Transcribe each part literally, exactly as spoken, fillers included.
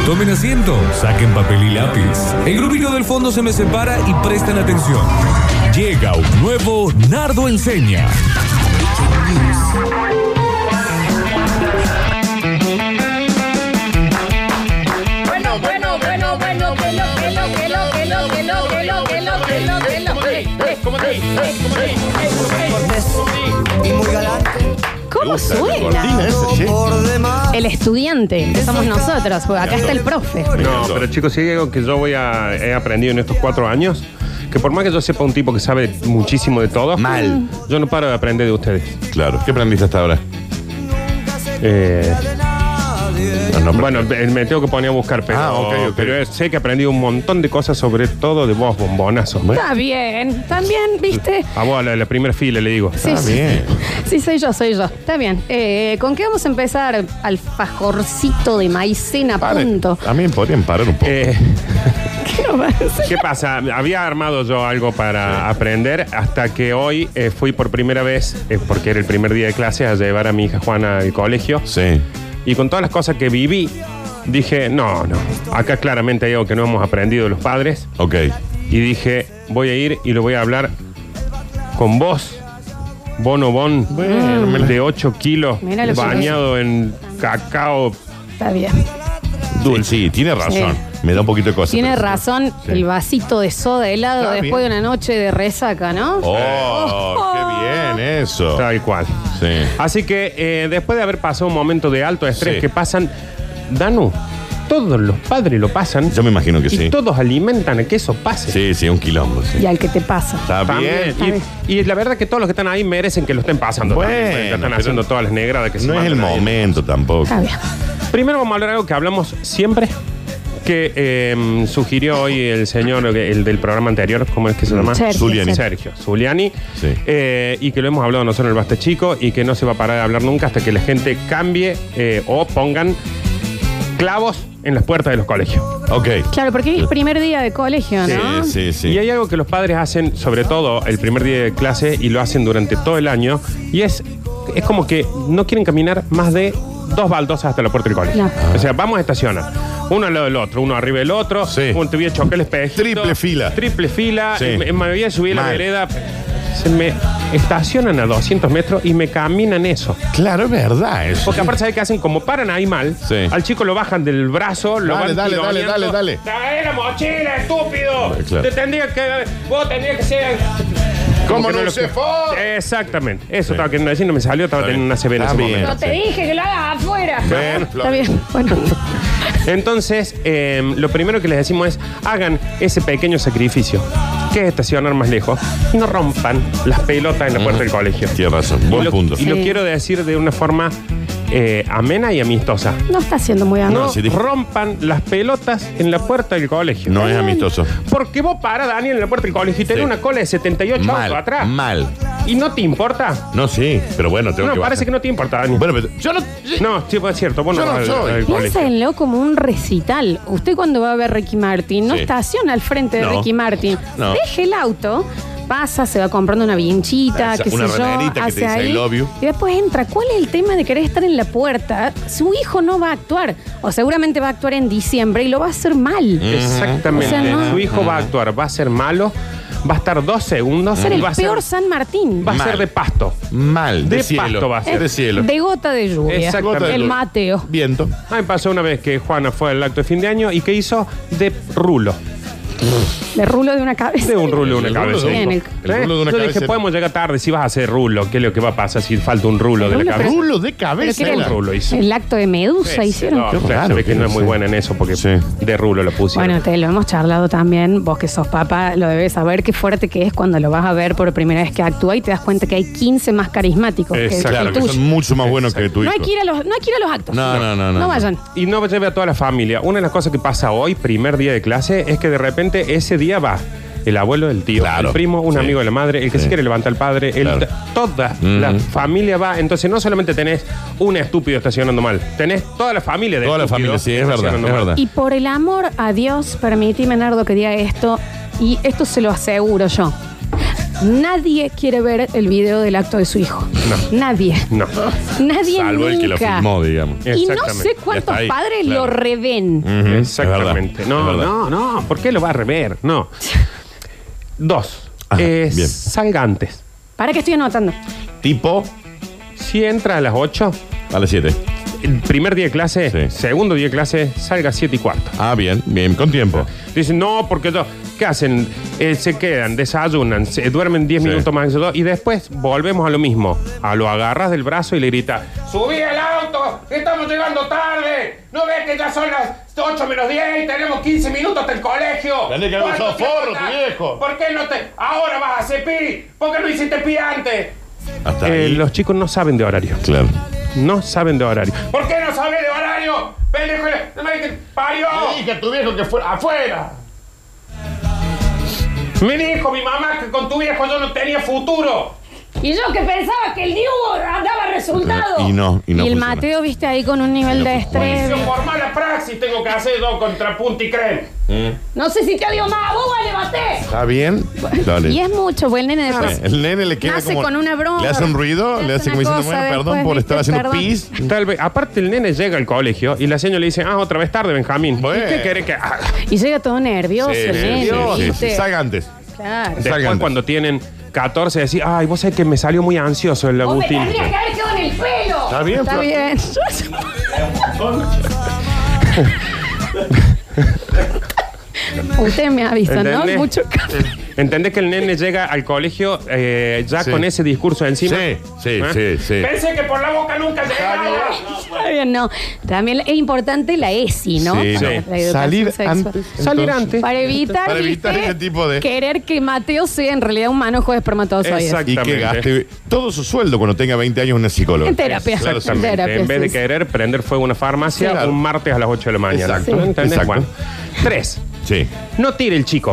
Tomen asiento, saquen papel y lápiz. El grupito del fondo se me separa y prestan atención. Llega un nuevo Nardo Enseña. Bueno, bueno, bueno, bueno, que lo, que lo, que lo, que lo, que lo, que lo, que lo, que lo, que lo. ¿Cómo te? Y muy galante. ¿Cómo suena? El estudiante, que somos nosotros, porque acá está el profe. No, pero chicos, si hay algo que yo voy a, he aprendido en estos cuatro años, que por más que yo sepa un tipo que sabe muchísimo de todo, Mal. yo no paro de aprender de ustedes. Claro. ¿Qué aprendiste hasta ahora? Eh, No, no, bueno, eh, me tengo que poner a buscar, pero, Ah, ok, ok. pero sé que he aprendido un montón de cosas, sobre todo de vos, bombonazo. Está bien, también, ¿viste? A vos, a la, la primera fila, le digo. Sí, Está sí. bien. Sí, soy yo, soy yo. Está bien. Eh, ¿Con qué vamos a empezar? Alfajorcito de maicena, Pare. punto. A mí podrían parar un poco. Eh, ¿Qué nos va a hacer? ¿Qué pasa? Había armado yo algo para aprender hasta que hoy eh, fui por primera vez, eh, porque era el primer día de clase, a llevar a mi hija Juana al colegio. Sí. Y con todas las cosas que viví, dije, no, no. Acá claramente hay algo que no hemos aprendido los padres. Ok. Y dije, voy a ir y lo voy a hablar con vos, bonobón, Bueno, me la- de ocho kilos, Mira lo que bañado en cacao Está bien. Dulce. Sí, tiene razón. Sí. Me da un poquito de cosa. Tiene pero- razón Sí. el vasito de soda helado Está después bien. de una noche de resaca, ¿no? Oh, qué bien eso. tal cual. Sí. Así que eh, después de haber pasado un momento de alto estrés Sí. que pasan, Danu, todos los padres lo pasan. Yo me imagino que y sí. todos alimentan a que eso pase. Sí, sí, un quilombo. Sí. Y al que te pasa. Está También. bien. Y, y la verdad que todos los que están ahí merecen que lo estén pasando. Bueno, también, porque están pero haciendo todas las negradas que se No es el mandan ahí. momento tampoco. Está bien. Primero vamos a hablar de algo que hablamos siempre, que eh, sugirió hoy el señor, el del programa anterior, ¿cómo es que se llama? Sergio, Zuliani. Sergio Zuliani. Sí. Eh, y que lo hemos hablado nosotros en el Basta Chico y que no se va a parar de hablar nunca hasta que la gente cambie eh, o pongan clavos en las puertas de los colegios. Ok. Claro, porque es el primer día de colegio, ¿no? Sí, sí, sí. Y hay algo que los padres hacen, sobre todo el primer día de clase, y lo hacen durante todo el año, y es, es como que no quieren caminar más de dos baldosas hasta la puerta del colegio. No. O sea, vamos a estacionar. Uno al lado del otro, uno arriba del otro. Sí. Un te voy a chocar el espejito. Triple fila. Triple fila. Sí. Me, me voy a subir la Mal. vereda. Se me estacionan a doscientos metros y me caminan eso. Claro, es verdad eso. Porque aparte, ¿sabes qué hacen? Como paran ahí mal, Sí. al chico lo bajan del brazo, lo Dale, van dale, dale, tironeando. dale, dale. ¡Trae la mochila, estúpido! Vale, claro. Te tendría que... Vos tendrías que ser... ¿Cómo Como que no lo usé que- Ford? Exactamente. Eso estaba queriendo decir, no me salió, estaba Está teniendo bien. una severa en Está ese bien. momento. No te dije que lo hagas afuera. Bueno, Está Flor. bien. Bueno. Entonces, eh, lo primero que les decimos es, hagan ese pequeño sacrificio, que es estacionar más lejos, y no rompan las pelotas en la puerta del colegio. Tienes razón. Y Buen lo, punto. y lo Sí. quiero decir de una forma eh, amena y amistosa. No está siendo muy No, amable. sí, dije- rompan las pelotas en la puerta del colegio. No es amistoso. Porque vos paras, Daniel, en la puerta del colegio y tenés Sí. una cola de setenta y ocho Mal. autos atrás. Mal. ¿Y no te importa? No, sí, pero bueno, tengo No, que parece bajar. que no te importa, Daniel. Bueno, pero yo no. No, sí, pues es cierto. Vos no Yo no vas al- soy. al colegio. Piénsenlo como un recital. Usted cuando va a ver Ricky Martin, no Sí. estaciona al frente de No. Ricky Martin. No. Deje el auto, pasa, se va comprando una vinchita, Esa, qué una sé yo, remerita que te hace dice ahí. I love you. Y después entra. ¿Cuál es el tema de querer estar en la puerta? Su hijo no va a actuar. O seguramente va a actuar en diciembre y lo va a hacer mal. Exactamente. O sea, no. Su hijo va a actuar, va a ser malo, va a estar dos segundos Va a ser y el va a ser, peor San Martín. va a ser Mal. de pasto. Mal. De, De cielo. pasto va a ser. De cielo. De gota de lluvia. Exactamente. El Mateo. Viento. A mí me pasó una vez que Juana fue al acto de fin de año y que hizo de rulo. De rulo de una cabeza. De un rulo, una El rulo cabeza. de un- Bien, el- el rulo de una Yo cabeza. dije, podemos llegar tarde si vas a hacer rulo. ¿Qué es lo que va a pasar si falta un rulo de la rulo, cabeza? Rulo de Pero cabeza. que era Un el, rulo hizo. el acto de Medusa Sí, hicieron. No, Qué claro, raro se ve que que no es no muy sé. buena en eso porque Sí. de rulo lo pusieron. Bueno, te lo hemos charlado también. Vos que sos papá, lo debes saber qué fuerte que es cuando lo vas a ver por primera vez que actúa y te das cuenta que hay quince más carismáticos que, que Exacto. el Claro, que tuyo. son mucho más buenos que tu hijo. No hay, que ir a los, no hay que ir a los actos. No, no, no, no, No vayan. Y no lleve a toda la familia. Una de las cosas que pasa hoy, primer día de clase, es que de repente ese día va el abuelo, el tío, Claro. el primo, un Sí. amigo de la madre, el que Sí. se quiere levantar el padre, el- Claro. toda Mm. la familia va. Entonces no solamente tenés un estúpido estacionando mal, tenés toda la familia de Toda la estúpidos familia, sí, es verdad, estacionando es mal. verdad. Y por el amor a Dios, permitime, Nardo, que diga esto, y esto se lo aseguro yo. Nadie quiere ver el video del acto de su hijo. No. Nadie. No. Nadie Salvo nunca. el que lo filmó, digamos. Y no Exactamente. sé Ya cuántos está ahí, padres claro. lo reven. Ujú, Exactamente. es No, verdad, es verdad. no, no. ¿Por qué lo va a rever? No. Dos. Ajá, Eh, bien. salga antes. ¿Para qué estoy anotando? Tipo Si entra a las ocho, a las siete. el primer día de clase, Sí. segundo día de clase, salga a siete y cuarto. Ah, bien, bien, con tiempo. Dicen, no, porque yo, ¿qué hacen? Eh, se quedan, desayunan, se duermen diez Sí. minutos más y después volvemos a lo mismo. A lo agarras del brazo y le gritas, ¡subí al auto! ¡Que estamos llegando tarde! ¿No ves que ya son las ocho menos diez y tenemos quince minutos hasta el colegio? Tenés que haber ¿Cuánto usado tiempo forro, está? tu viejo. ¿Por qué no te...? Ahora vas a hacer pi. ¿Por qué no hiciste pi antes? Hasta Eh, ahí. los chicos no saben de horario. Claro. No saben de horario. ¿Por qué no sabes de horario? ¡Pendejo! ¡No me digas! ¡Parió! Le dije a tu viejo que fuera afuera. Me dijo mi mamá que con tu viejo yo no tenía futuro. Y yo que pensaba que el Diego daba resultado. Y no, y no el funciona. Mateo, viste, ahí con un nivel Y no de funciona. estrés. Yo por mala praxis tengo que hacer yo contra punta y creme. No sé si te dio más, vos le maté. ¿Está bien? Dale. Y es mucho, pues el nene después. El nene le queda nace como... con una broma. Le hace un ruido, le hace como una diciendo, cosa, bueno, perdón después, por viste, estar haciendo perdón. pis. Tal vez, aparte el nene llega al colegio y la señora le dice, ah, otra vez tarde, Benjamín. Bueno. ¿Y qué querés que haga? Y llega todo nervioso, Sí, el sí, nene, sí, sí, ¿viste? sí. Salga antes. Claro. Salga Después antes. cuando tienen catorce decís, ay, vos sabés que me salió muy ansioso el Vos me Agustín. tendrías que haber quedado en el pelo. Está bien, Está Flor. bien. Usted me avisa, ¿no? ¿Entendés? Mucho café. ¿Entendés que el nene llega al colegio eh, ya Sí. con ese discurso encima? Sí, sí, ¿Eh? sí, sí. Pensé que por la boca nunca llegaba. Está bien, no. También es importante la ESI, ¿no? Sí, Para no. la educación Salir sexual. antes. Salir entonces. antes. Para evitar, Para evitar ¿viste? ese tipo de- Querer que Mateo sea en realidad un manojo de espermatozoides. Exacto. Y que Exactamente. gaste todo su sueldo cuando tenga veinte años en una psicóloga. En terapia. Claro, En Exactamente. terapia, En vez de sí. querer prender fuego a una farmacia Claro. un martes a las ocho de la mañana. Exacto. ¿Entendés? Exacto. Bueno. Tres. Sí. No tire el chico.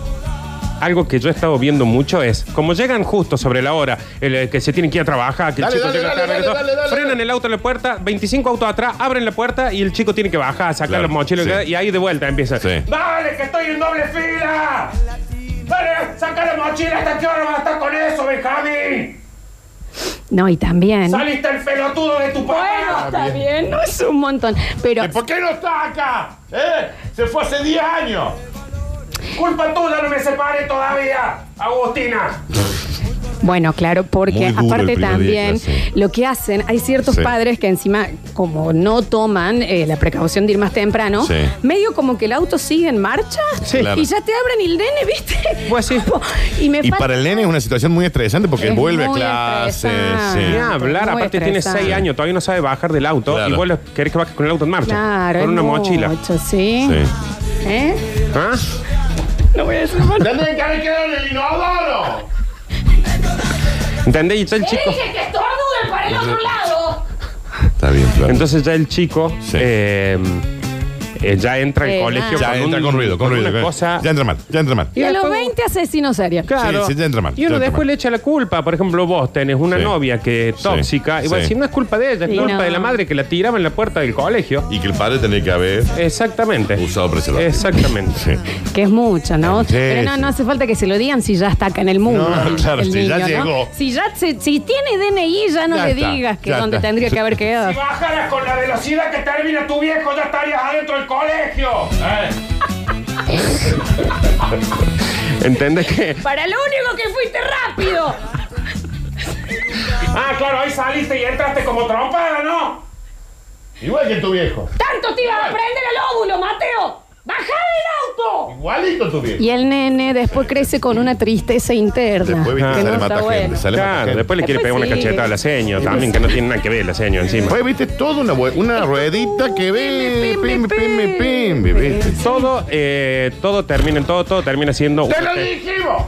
Algo que yo he estado viendo mucho es, como llegan justo sobre la hora, el, eh, que se tienen que ir a trabajar, que Dale, el chico dale, llega dale, tarde, dale, todo, dale, dale, frenan dale. el auto en la puerta, veinticinco autos atrás, abren la puerta y el chico tiene que bajar, sacar Claro, los mochilos sí. y ahí de vuelta empieza. Sí. ¡Dale, que estoy en doble fila! ¡Dale, saca la mochila! ¿Hasta qué hora vas a estar con eso, Benjamín? No, y también. ¡Saliste el pelotudo de tu Bueno, papá! está bien, no es un montón. Pero ¿Y por qué no está acá? ¿Eh? Se fue hace diez años. ¡Culpa tuya, no me separé todavía, Agustina! bueno, claro, porque Muy duro el aparte primer día de también clase. lo que hacen, hay ciertos Sí. padres que encima, como no toman eh, la precaución de ir más temprano, Sí. medio como que el auto sigue en marcha Sí. Claro. y ya te abren el nene, ¿viste? Pues sí. Como- Y me Y falta- para el nene es una situación muy estresante porque Es vuelve a muy clase. estresante. Ni Sí. hablar, Muy aparte tiene estresante. seis años, todavía no sabe bajar del auto Claro. y vos le querés que baje con el auto en marcha. Claro, Con es una mochila. mucho, ¿sí? Sí. ¿Eh? ¿Ah? No voy a decir más. Tendrían que haber quedado en el inodoro. ¿Entendés? Y ya el chico. que estornuden para el otro lado! Está bien, claro. Entonces ya el chico Sí. eh, eh, ya entra al Eh, colegio ya con entra un- con ruido, con ruido. una con- cosa. Ya entra mal, ya entra mal. Y a los después- veinte asesino serio. Claro. Sí, sí, ya entra mal, Y uno ya entra después mal. le echa la culpa. Por ejemplo, vos tenés una Sí. novia que es Sí. tóxica. Y vos Sí. decís, no es culpa de ella, es Sí, culpa no. de la madre que la tiraba en la puerta del colegio. Y que el padre tenía que haber Exactamente. usado preservativo. Exactamente. Sí. Que es mucho, ¿no? Sí, Pero no, sí. no hace falta que se lo digan si ya está acá en el mundo. No, el, claro, el si ya niño, ¿no? llegó. Si ya se- si tiene D N I, ya no Ya le está, digas que ya donde está. tendría que haber quedado. Si bajaras con la velocidad que termina tu viejo, ya estarías adentro del colegio. ¿Entendés que? Para lo único que fuiste rápido. Ah, claro, ahí saliste y entraste como trompada, ¿no? Igual que tu viejo. Tanto te ibas a prender el óvulo, Mateo. ¡Baja del auto! Igualito tu viejo. Y el nene después crece con una tristeza interna. Después viste Ah, que que no sale está mata bueno. gente. Sale mata Claro, gente. después le quiere Después pegar una sí. cachetada a la seño también, que no tiene nada que ver la seño encima. Después viste toda una, bue- una ruedita que ve. Pim, pim, pim, pim, ¿viste? Todo, eh, todo termina en todo, todo termina siendo. ¡Te lo dijimos!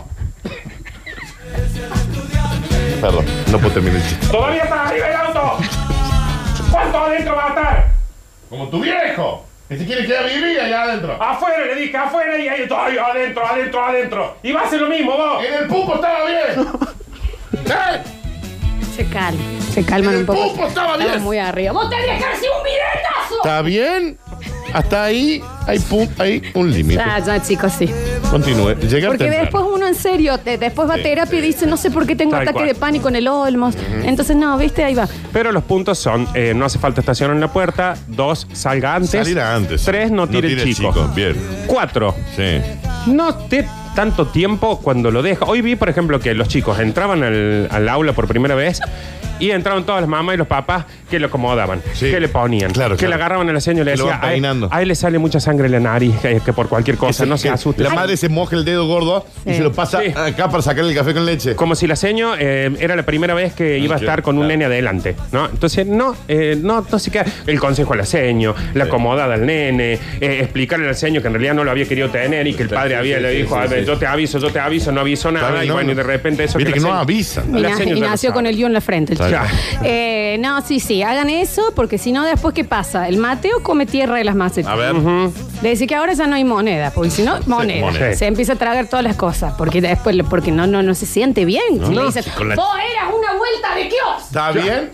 Perdón, no puedo terminar el chiste. ¡Todavía está arriba el auto! ¿Cuánto adentro va a estar? Como tu viejo, que se quiere quedar vivir allá adentro. Afuera, le dije, afuera y ahí estoy, adentro, adentro, adentro. Y va a ser lo mismo, vos. En el pupo estaba bien. ¿Eh? Se calma. Se calman El un poco. pupo estaba bien. Estamos muy arriba. ¡Vos tendrías que haber sido un viretazo! ¿Está bien? Hasta ahí hay, pu- hay un límite. Ya, ya, chicos, sí. Continúe. Llegar Porque temprano. después uno en serio, te- después va a Sí, terapia y sí. dice, no sé por qué tengo Tal ataque cual. de pánico en el Olmos. Entonces, no, viste, ahí va. Pero los puntos son, eh, no hace falta estacionar en la puerta. Dos, salga antes. Salir antes. Tres, no tire el chico. Bien. Cuatro, Sí. no te tanto tiempo cuando lo deja. Hoy vi, por ejemplo, que los chicos entraban al, al aula por primera vez y entraban todas las mamás y los papás que lo acomodaban, Sí. que le ponían, Claro, que claro. le agarraban a la señora y le Que lo decía, van a él, peinando. a él le sale mucha sangre en la nariz, que, que por cualquier cosa, Que no se- se que asuste. La madre se moja el dedo gordo y Sí. se lo pasa Sí. acá para sacarle el café con leche. Como si la seño eh, era la primera vez que iba a Sí, estar con un claro. nene adelante, ¿no? Entonces, no, eh, no, no se queda. El consejo a la seño, la acomodada al nene, eh, explicarle al seño que en realidad no lo había querido tener y que el Sí, padre sí, había sí, le sí, dijo, sí, a ver, sí. yo te aviso, yo te aviso, no aviso nada, Está bien, y no, bueno, no. y de repente eso Viste que la no seño- avisan. Y, la na- seño y ya lo nació sabe. con el guión en la frente. el Está chico. bien. Eh, no, sí, sí, hagan eso, porque si no, después, ¿qué pasa? El Mateo come tierra de las macetas. A ver. Le dice que ahora ya no hay moneda, porque si no, moneda. moneda. Se empieza a tragar todas las cosas, porque después, porque no, no, no se siente bien. Si le no, dicen, si con la- vos eras una vuelta de kiosco. ¿Está bien?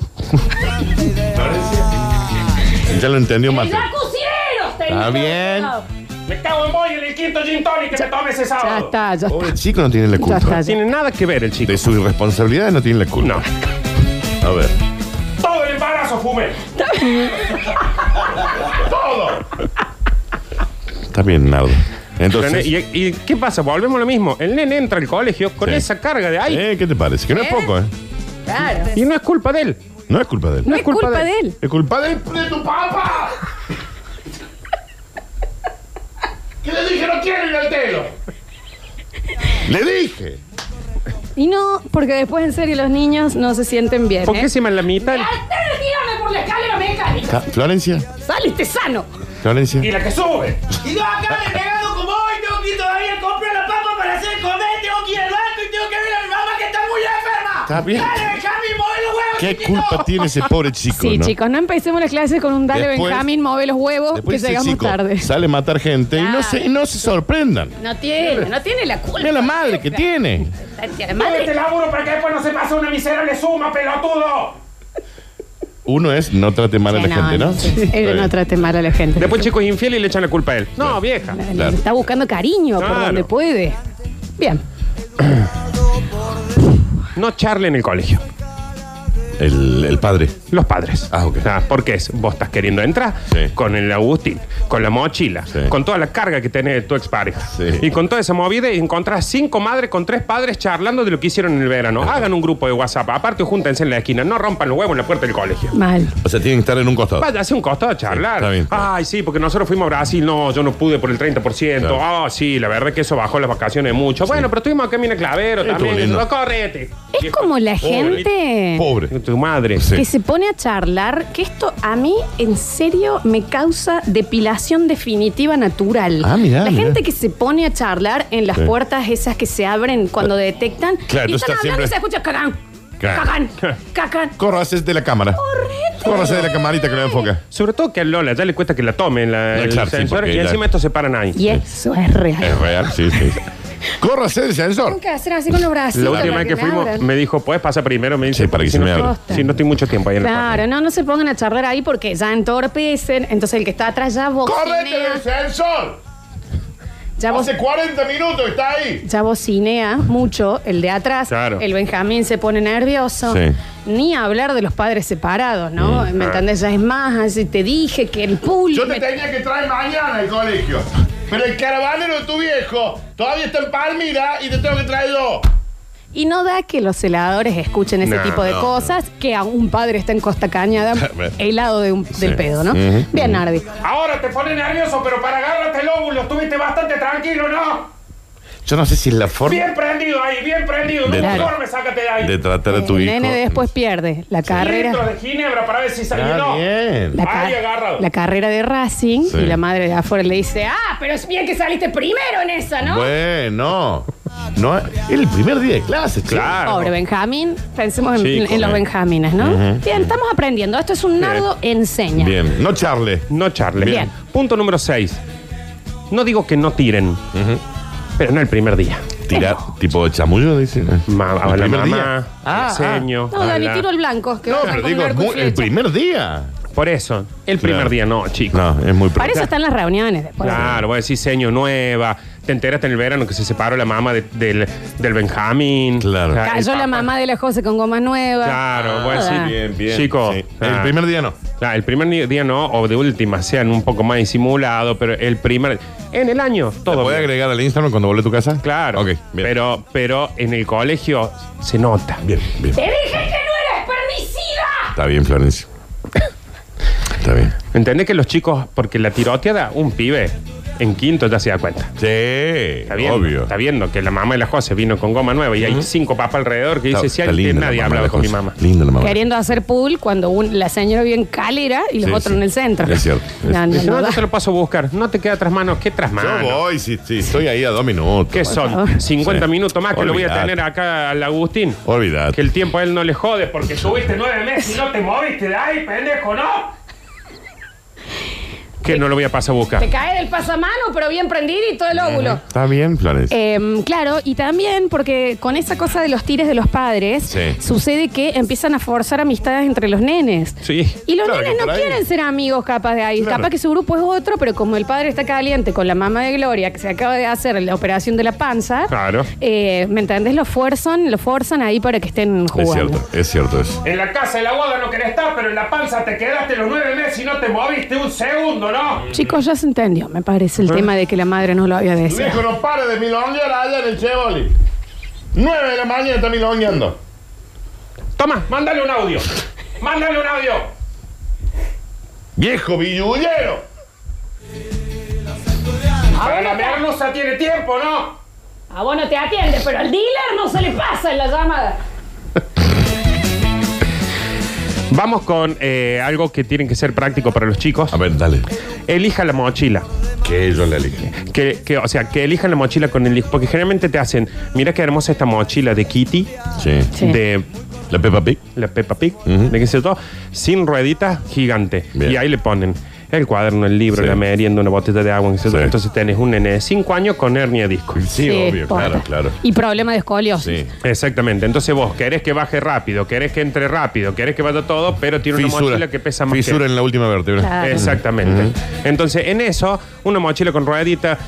Ya lo entendió El Mateo. jacuzieros tenía Está bien. Me cago en boy en el quinto gin tonic que me tome ese Ya sábado. está, ya Pobre está. chico no tiene la Ya culpa. está. No tiene nada que ver el chico. De sus irresponsabilidades no tiene la culpa. No. A ver. Todo el embarazo fumé. Todo. Está bien, Nardo. Entonces. ¿Y, y qué pasa? Volvemos a lo mismo. El nene entra al colegio con Sí. esa carga de ahí. Eh, ¿Qué te parece? Que no es ¿Eh? poco, ¿eh? Claro. Y no es culpa de él. No es culpa de él. No es culpa de él. Es culpa de, de tu papá. Que le dije no quiero ir al telo. Le dije. Y no, porque después en serio los niños no se sienten bien. ¿Por ¿eh? qué encima en la mitad? Tírame por la escalera mecánica. Ta- Florencia. Saliste sano. Florencia. Y la que sube. Y yo acá renegando como hoy, tengo que ir todavía a comprar la papa para hacer el comer, tengo que ir al banco y tengo que ver a mi mamá que está muy enferma. Está bien. Dale, Benjamín, mueve los huevos, ¿Qué chiquito. culpa tiene ese pobre chico? Sí, ¿no? chicos, no empecemos las clases con un dale Después- Benjamín, mueve los huevos, Después que ese llegamos chico tarde. sale a matar gente y no se, y no se sorprendan. No tiene, no tiene la culpa. Mira la madre que tiene. La Madre. madre- Este laburo para que después no se pase una miserable suma, pelotudo. Uno es no trate mal a Sí, la gente, ¿no? sí. Está Él bien. no trate mal a la gente. Después el chico es infiel y le echan la culpa a él. No, vieja. Le- le Claro. está buscando cariño por Claro. donde puede. Bien. No charle en el colegio. El, el padre. Los padres. Ah, ok. porque es, vos estás queriendo entrar Sí. con el Agustín, con la mochila, Sí. con toda la carga que tenés tu expareja. Sí. Y con toda esa movida y encontrás cinco madres con tres padres charlando de lo que hicieron en el verano. Hagan un grupo de WhatsApp. Aparte, júntense en la esquina. No rompan los huevos en la puerta del colegio. Mal. O sea, tienen que estar en un costado. Vaya, hace un costado a charlar. Sí, está bien, está bien. Ay, sí, porque nosotros fuimos a Brasil. No, yo no pude por el treinta por ciento. Ah, Claro. sí, la verdad que eso bajó las vacaciones mucho. Bueno, pero estuvimos acá en Mina Clavero Sí, también. estuvo lindo. No, correte. Es como la gente Pobre. Tu madre. Sí. que se pone a charlar, que esto a mí en serio me causa depilación definitiva natural. Ah, mirá, La mirá. gente que se pone a charlar en las Sí. puertas esas que se abren cuando detectan Claro, y tú están estás hablando y siempre- se escucha cagán, Claro. cagán, cagán. Córrase de la cámara. Córrase de la camarita que lo enfoca. Sobre todo que a Lola ya le cuesta que la tomen la, No, el claro, sí, sensor porque y ya- encima estos se paran ahí. Y eso es real. Es real, sí, sí. Córrase del sensor. Tengo que hacer así con los brazos. La última vez que fuimos me dijo, ¿puedes pasar primero? Me dice, Sí, para que si se no, me abra. Si no estoy mucho tiempo ahí en el Claro, no, no se pongan a charlar ahí porque ya entorpecen. Entonces el que está atrás ya ¡Córrete bocinea. del sensor! Ya, bo- Hace cuarenta minutos que está ahí. ya bocinea mucho el de atrás. Claro. El Benjamín se pone nervioso. Sí. Ni hablar de los padres separados, ¿no? Mm. ¿Me entendés? Ya es más, así te dije que el pool. Yo te me- tenía que traer mañana al colegio. Pero el caravanero de tu viejo todavía está en Palmira y te tengo que traer dos. Y no da que los celadores escuchen ese No, tipo de no, cosas, que a un padre está en Costa Cañada, helado de un- del Sí. pedo, ¿no? Ujú, Bien, Nardi. Ahora te pone nervioso, pero para agarrarte el óvulo estuviste bastante tranquilo, ¿no? Yo no sé si es la forma Bien prendido ahí, bien prendido. De- No Claro. duerme, sácate de ahí. de tratar a tu El hijo. nene después pierde la Litros carrera. de ginebra para ver si sale. Está No. bien. La, ca- Ahí agarrado. la carrera de Racing Sí. y la madre de afuera le dice, ah, pero es bien que saliste primero en esa, ¿no? Bueno, no, es el primer día de clase, che. Claro. Pobre Benjamín, pensemos en, Chico, en los eh. Benjamines, ¿no? Ujú. Bien, estamos aprendiendo. Esto es un nardo enseña. Bien, no charle. No charle. Bien. Punto número seis. No digo que no tiren, pero no el primer día. Tirar, tipo chamullo, dice. Ma- a ¿El la primer mamá, día? Ah, el seño. No, a Dani, la- tiro el blanco. Que No, vamos pero con digo, arco y mu- el flecha. primer día. Por eso, el primer Claro. día no, chicos. No, es muy Para pronto. eso están las reuniones después. Claro, voy a decir seño nueva. Te enteraste en el verano que se separó la mamá de- del, del Benjamín. Claro. O sea, el Cayó la papá- mamá de la José con goma nueva. Claro, voy a decir. Ah. Bien, bien. Chico, Sí. ah. El primer día no. Claro, el primer día no, o de última, sean un poco más disimulados, pero el primer. En el año, ¿Te todo. puedes bien. agregar al Instagram cuando vuelve a tu casa? Claro. Ok, bien. Pero, pero en el colegio se nota. Bien, bien. ¡Te dije que no eres permisida! Está bien, Florencia. Está bien. ¿Entendés que los chicos, porque la tiroteada, un pibe en quinto ya se da cuenta? Sí, Está viendo, obvio. está viendo que la mamá de la José vino con goma nueva y hay cinco papas alrededor que Está- dice, si está alguien, linda la nadie mamá de hablaba la con mi cosa. mamá. Linda la mamá. Queriendo hacer pool cuando un- la señora vive en Calera y los Sí, otros sí. en el centro. Es cierto. No, no, Dice, no no, da. yo te lo paso a buscar. No te queda tras manos. ¿Qué tras Yo manos? voy, sí, sí, estoy ahí a dos minutos. ¿Qué son? favor. cincuenta Sí. minutos más que lo voy a Olvidate. tener acá al Agustín. Olvidate. Que el tiempo a él no le jode porque tuviste nueve meses y no te moviste de ahí, pendejo, ¿no? Que no lo voy a pasar a buscar. Te cae del pasamano, pero bien prendidito el óvulo. Está bien, Florencia. Eh, claro, y también porque con esa cosa de los tires de los padres, Sí. sucede que empiezan a forzar amistades entre los nenes. Sí. Y los Claro nenes que no por ahí. quieren ser amigos capaz de ahí. Claro. Capaz que su grupo es otro, pero como el padre está caliente con la mamá de Gloria, que se acaba de hacer la operación de la panza, Claro. eh, ¿me entendés? Lo fuerzan, lo forzan ahí para que estén Es jugando. cierto, es cierto eso. En la casa de la boda no querés estar, pero en la panza te quedaste los nueve meses y no te moviste un segundo, ¿no? Chicos, ya se entendió, me parece, el tema de que la madre no lo había Tu deseado. viejo no para de milonguear allá en el Chevoli. Nueve de la mañana está milongueando. Toma, mándale un audio. Mándale un audio. Viejo billullero. Para la merluza tiene tiempo, ¿no? A vos no te atiende, pero al dealer no se le pasa en la llamada. Vamos con eh, algo que tiene que ser práctico para los chicos. A ver, dale. Elija la mochila. Que ellos le eligen. Que, que, o sea, que elijan la mochila con el hijo. Porque generalmente te hacen, mira qué hermosa esta mochila de Kitty, Sí. Sí. de La Peppa Pig. la Peppa Pig, Ujú. de qué sé yo, todo, sin ruedita gigante. Bien. Y ahí le ponen el cuaderno, el libro, Sí. la merienda, una botella de agua, qué sé yo. Sí. Entonces tenés un nene de cinco años con hernia disco. Sí, obvio, posta. claro, claro. Y problema de escoliosis. Sí. Exactamente. Entonces vos querés que baje rápido, querés que entre rápido, querés que vaya todo, pero tiene una mochila que pesa más que Fisura en la última vértebra. Claro. Exactamente. Entonces, en eso, una mochila con ruedita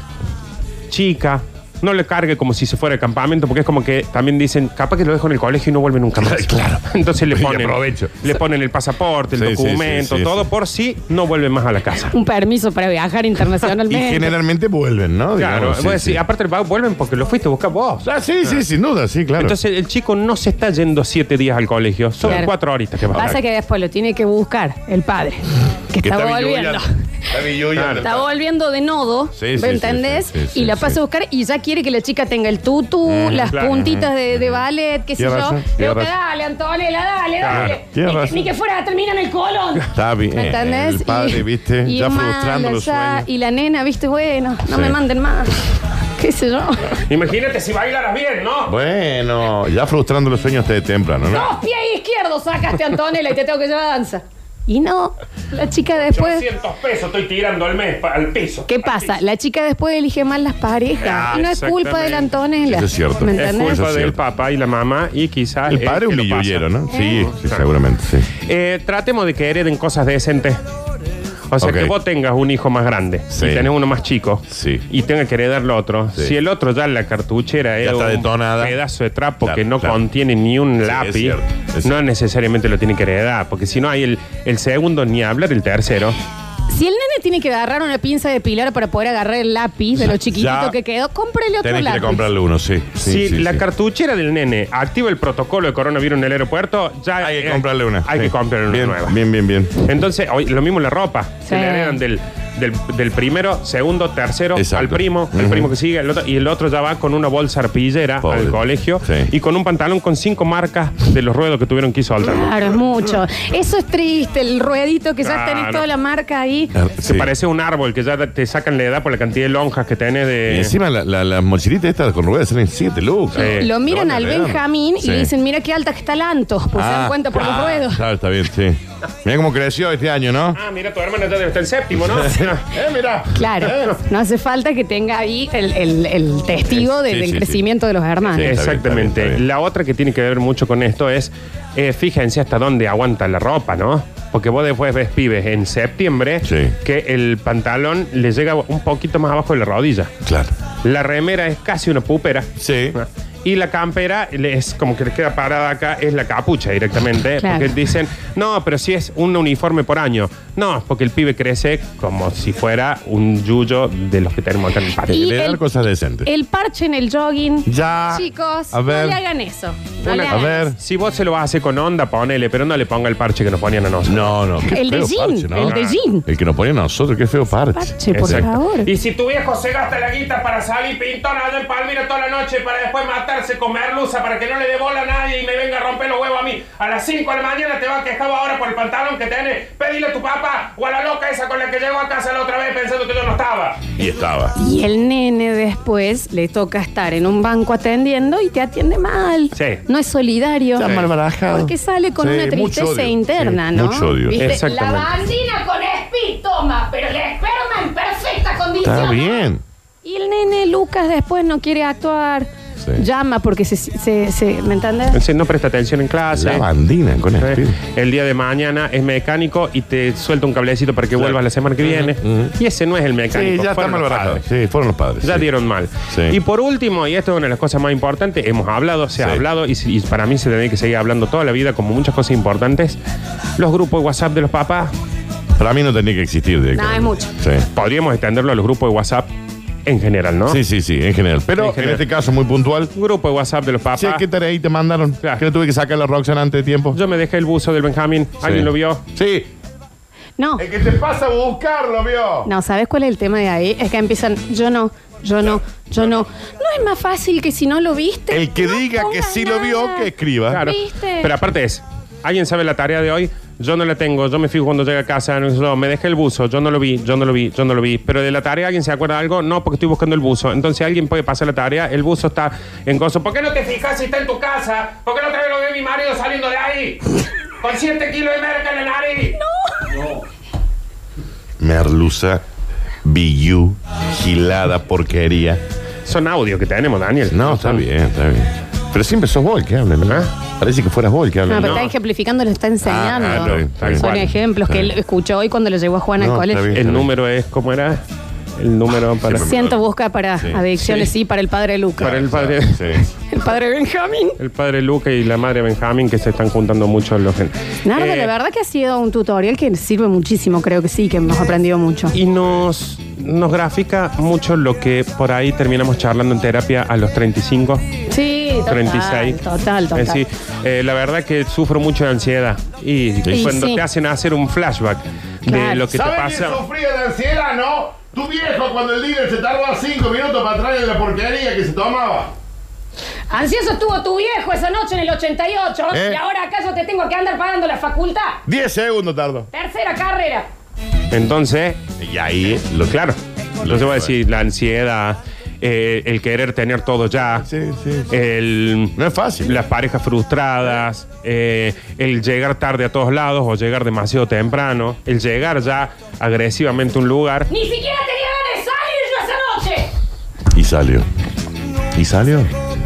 chica, no le cargue como si se fuera de campamento, porque es como que también dicen, capaz que lo dejo en el colegio y no vuelve nunca más. Claro. Entonces le Y ponen, aprovecho. le ponen el pasaporte, el Sí, sí, documento, sí, sí, todo sí. por si no vuelve más a la casa. Un permiso para viajar Y internacionalmente. generalmente vuelven, ¿no? Claro, Digamos, voy sí, a decir, sí. aparte va- vuelven porque lo fuiste a buscar vos. Ah, sí, sí, sin duda, sí, claro. Entonces el chico no se está yendo siete días al colegio, son Claro. cuatro horitas que va a Pasa que después lo tiene que buscar el padre, que, Que está, está volviendo. billullando. Está billullando. Está volviendo de nodo, Sí, sí, ¿me entendés? sí, sí, sí, y la sí. pasa a buscar y ya quiere que la chica tenga el tutú, las claro. puntitas de, de ballet, qué sé Tiene yo. razón, Le tiene digo que razón. dale, Antonella, dale, Claro, dale. tiene Ni, que- razón. ni que fuera a terminar en el colon. Está bien. ¿Me entendés? El padre, Y- viste, y ya es frustrando malo, los ya, sueños. Y la nena, viste, bueno, no Sí. me manden más. ¿Qué sé yo? Imagínate si bailaras bien, ¿no? Bueno, ya frustrando los sueños de temprano, ¿no? Dos pies izquierdos sacaste, Antonella, y te tengo que llevar a danza. Y no, la chica después... ochocientos pesos estoy tirando al mes pa- al piso. ¿Qué Al pasa? piso. La chica después elige mal las parejas. Ah, y no es culpa de la Antonella. Eso es cierto. ¿Me Es Es entendés? Eso culpa es del cierto. papá y la mamá y quizás El padre es que un lo pasa. billullero, ¿no? Sí, sí, Claro. seguramente, sí. Eh, tratemos de que hereden cosas decentes. O sea, Ok. que vos tengas un hijo más grande Sí. y tenés uno más chico Sí. y tenga que heredar lo otro. Sí. Si el otro ya en la cartuchera es está un detonada. pedazo de trapo Claro, que no claro. contiene ni un Sí, es lápiz, cierto, es no cierto. necesariamente lo tiene que heredar, porque si no hay el, el segundo ni hablar, el tercero. Si el nene tiene que agarrar una pinza de pilar para poder agarrar el lápiz de lo chiquitito Ya. que quedó, cómprele otro Tenés que ir lápiz. a comprarle uno, sí. sí, si sí, la sí. cartuchera del nene activa el protocolo de coronavirus en el aeropuerto, ya Hay que eh, comprarle una. Hay sí. que comprarle una bien, nueva. Bien, bien, bien. Entonces, hoy, lo mismo la ropa. Sí. Se le heredan del, del, del primero, segundo, tercero Exacto. al primo, el Ujú. primo que sigue, el otro, y el otro ya va con una bolsa arpillera Pobre. al colegio Sí. y con un pantalón con cinco marcas de los ruedos que tuvieron que ir soltando. Claro, es mucho. Eso es triste, el ruedito que ya Claro. tenés toda la marca ahí. Ah, Se sí. parece un árbol que ya te sacan la edad por la cantidad de lonjas que tenés Y de. encima la, la, las mochilitas estas con ruedas salen siete lucas. Sí. Lo miran Lo van al heredando. Benjamín y Sí. le dicen, mira qué alta que está Lanto, pues se dan Ah, cuenta por los ah, ruedos. Claro, está bien, sí. Mira cómo creció este año, ¿no? Ah, mira, tu hermana ya debe estar en séptimo, ¿no? eh, mira. Claro, no hace falta que tenga ahí el, el- el testigo de- Sí, del sí, crecimiento de los hermanos. Sí. Está bien, Exactamente. está bien, está bien. La otra que tiene que ver mucho con esto es, eh, fíjense hasta dónde aguanta la ropa, ¿no? Porque vos después ves pibes en septiembre Sí. que el pantalón le llega un poquito más abajo de la rodilla. Claro. La remera es casi una pupera. Sí. Y la campera le- es como que le queda parada acá, es la capucha directamente. Claro. Porque dicen, no, pero si es un uniforme por año. No, porque el pibe crece como si fuera un yuyo de los que tenemos acá en el patio. Y Le dar el- cosas decentes. El parche en el jogging. Ya. Chicos, A ver. no le hagan eso. No Una- le A hagan ver. eso. Si vos se lo vas a hacer con onda, ponele, pero no le ponga el parche que nos ponían a nosotros. No, no. qué El de feo jean, parche, ¿no? el de jean. El que nos ponía a nosotros, qué feo parche. Parche, por Exacto. favor. Y si tu viejo se gasta la guita para salir pintón allá en Palmira toda la noche para después matarse con merluza para que no le dé bola a nadie y me venga a romper los huevos a mí, a las cinco de la mañana te va a quejar ahora por el pantalón que tenés, pedile a tu papá o a la loca esa con la que llegó a casa la otra vez pensando que yo no estaba. Y estaba. Y el nene después le toca estar en un banco atendiendo y te atiende mal. Sí. No es solidario. Está mal barajado. Porque sale con Sí, una mucho tristeza odio. interna, Sí, ¿no? mucho odio. ¿Viste? Exactamente. La bandina con speed, toma, pero el esperma en perfecta condición. Está bien. Y el nene Lucas después no quiere actuar. Sí. Llama porque se, se, se- ¿me entiendes? Entonces no presta atención en clase. La bandina con ¿Eh? espíritu. El día de mañana es mecánico y te suelta un cablecito para que Claro. vuelvas la semana que viene. ujú. Y ese no es el Sí, mecánico. ya está fueron mal los barajado. padres. Sí, fueron los padres. Ya sí. dieron mal. Sí. Y por último, y esto es una de las cosas más importantes, hemos hablado, se ha Sí. hablado y, y para mí se tiene que seguir hablando toda la vida como muchas cosas importantes. Los grupos de WhatsApp de los papás, Para mí no tenía que existir directamente. No, es mucho. Sí. podríamos extenderlo a los grupos de WhatsApp en general, ¿no? Sí, sí, sí, en general. Pero En en, general. este caso muy puntual. Un grupo de WhatsApp de los papás. Che, ¿qué tarea ahí te mandaron? Claro. Que no tuve que sacar la Roxanne antes de tiempo. Yo me dejé el buzo del Benjamín. ¿Alguien Sí. lo vio? Sí. No. El que te pasa a buscarlo, vio. No, ¿sabes cuál es el tema de ahí? Es que empiezan, yo no, yo no, yo no. No es más fácil que si no lo viste. El que no diga que pongas sí lo vio, nada. que escriba. Claro. ¿Viste? Pero aparte es, ¿alguien sabe la tarea de hoy? Yo no la tengo, yo me fijo cuando llega a casa, no, no, me dejé el buzo, yo no lo vi, yo no lo vi, yo no lo vi. Pero de la tarea, ¿alguien se acuerda de algo? No, porque estoy buscando el buzo. Entonces alguien puede pasar la tarea, el buzo está en gozo. ¿Por qué no te fijas si está en tu casa? ¿Por qué no otra vez lo ve mi marido saliendo de ahí? Con siete kilos de merca en la nariz. Merluza, Biyu, gilada, porquería. Son audios que tenemos, Daniel. No, está Son- bien, está bien. Pero siempre sos vos el que habla, ¿no? ¿Ah? Parece que fueras vos el que habla. No, pero No. está ejemplificando, lo está enseñando. Ah, está bien, está bien. Son Bueno, ejemplos que está él bien. escuchó hoy cuando lo llevó a Juan No, al colegio. está bien. El número es, ¿cómo era? El número para, Siento busca para Sí. adicciones, sí. para el padre de Lucas. para el padre. Sí. El padre de Benjamín. El padre Luca y la madre Benjamín que se están juntando mucho los gen- Nardo, Eh, de verdad que ha sido un tutorial que sirve muchísimo, creo que sí, que hemos aprendido mucho. Y nos, nos grafica mucho lo que por ahí terminamos charlando en terapia a los treinta y cinco, Sí, total, treinta y seis. total, total. Es decir, eh, la verdad que sufro mucho de ansiedad. Y Sí. cuando Sí. te hacen hacer un flashback de Claro. lo que te ¿Sabes pasa. quién sufría de ansiedad, no? Tu viejo cuando el dealer se tardaba cinco minutos para traerle la porquería que se tomaba. Ansioso estuvo tu viejo esa noche en el ochenta y ocho ¿Eh? y ahora acaso te tengo que andar pagando la facultad. Diez segundos tardó. Tercera carrera. Entonces, Y ahí lo claro. Entonces voy a decir, la ansiedad, eh, el querer tener todo ya. Sí, sí. El, No es fácil. Las parejas frustradas, eh, el llegar tarde a todos lados o llegar demasiado temprano, el llegar ya agresivamente a un lugar. Ni siquiera tenía ganas de salir yo esa noche. Y salió. ¿Y salió?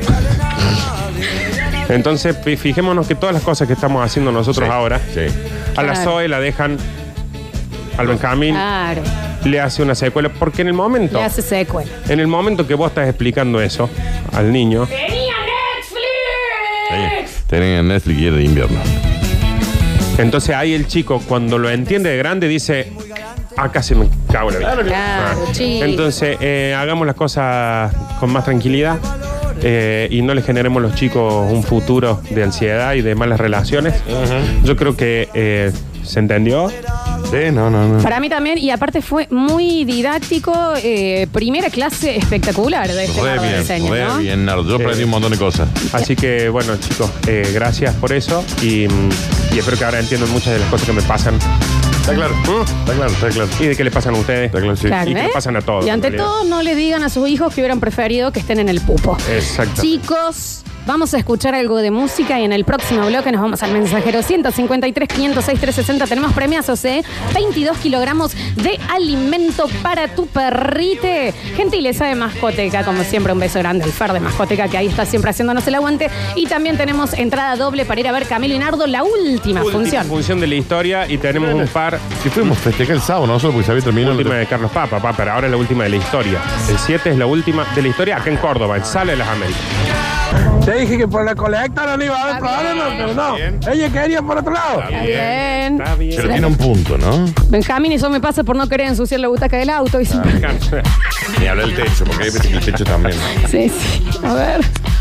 Entonces, fi- fijémonos que todas las cosas que estamos haciendo nosotros Sí, ahora, sí. a la Claro. Zoe la dejan al Benjamín, Claro, le hace una secuela, porque en el momento, le hace secuela. en el momento que vos estás explicando eso al niño, ¡Tenía Netflix! Tienen Netflix y era de invierno. entonces ahí el chico cuando lo entiende de grande dice, acá se me cago la vida. Claro, Ah. chico. Entonces, eh, hagamos las cosas con más tranquilidad eh, y no le generemos a los chicos un futuro de ansiedad y de malas relaciones. Yo creo que eh, se entendió. Sí, no, no, no. Para mí también, y aparte fue muy didáctico, eh, primera clase espectacular de este Re Nardo bien, Enseña, re ¿no? bien, Nardo. Yo Eh, aprendí un montón de cosas. Así que, bueno, chicos, eh, gracias por eso y, mm, y espero que ahora entiendan muchas de las cosas que me pasan Está claro. Está claro, está claro. y de que le pasan a ustedes. Está claro, sí. Claro, Y que ¿eh? le pasan a todos. Y ante en realidad. todo, no le digan a sus hijos que hubieran preferido que estén en el pupo. Exacto. Chicos, Vamos a escuchar algo de música y en el próximo bloque nos vamos al mensajero ciento cincuenta y tres, quinientos seis, trescientos sesenta. Tenemos premiazos, ¿eh? veintidós kilogramos de alimento para tu perrite. Gentileza de Mascoteca, como siempre, un beso grande al Fer de Mascoteca, que ahí está siempre haciéndonos el aguante. Y también tenemos entrada doble para ir a ver Camilo y Nardo, la última, Última función. función de la historia y tenemos un par. Si fuimos a festejar el sábado, nosotros, porque se había terminado. La última de Carlos Papa, papá, pero ahora es la última de la historia. El siete es la última de la historia acá en Córdoba, en Sala de las Américas. Te dije que por la colecta no le iba a haber Está problema, bien. pero no. Bien. Ella quería por otro lado. Está bien. Está bien. Pero tiene un punto, ¿no? Benjamín, eso me pasa por no querer ensuciar la butaca del auto. Y siempre- Ni habla del techo, porque hay veces que el techo también. Sí, sí. A ver.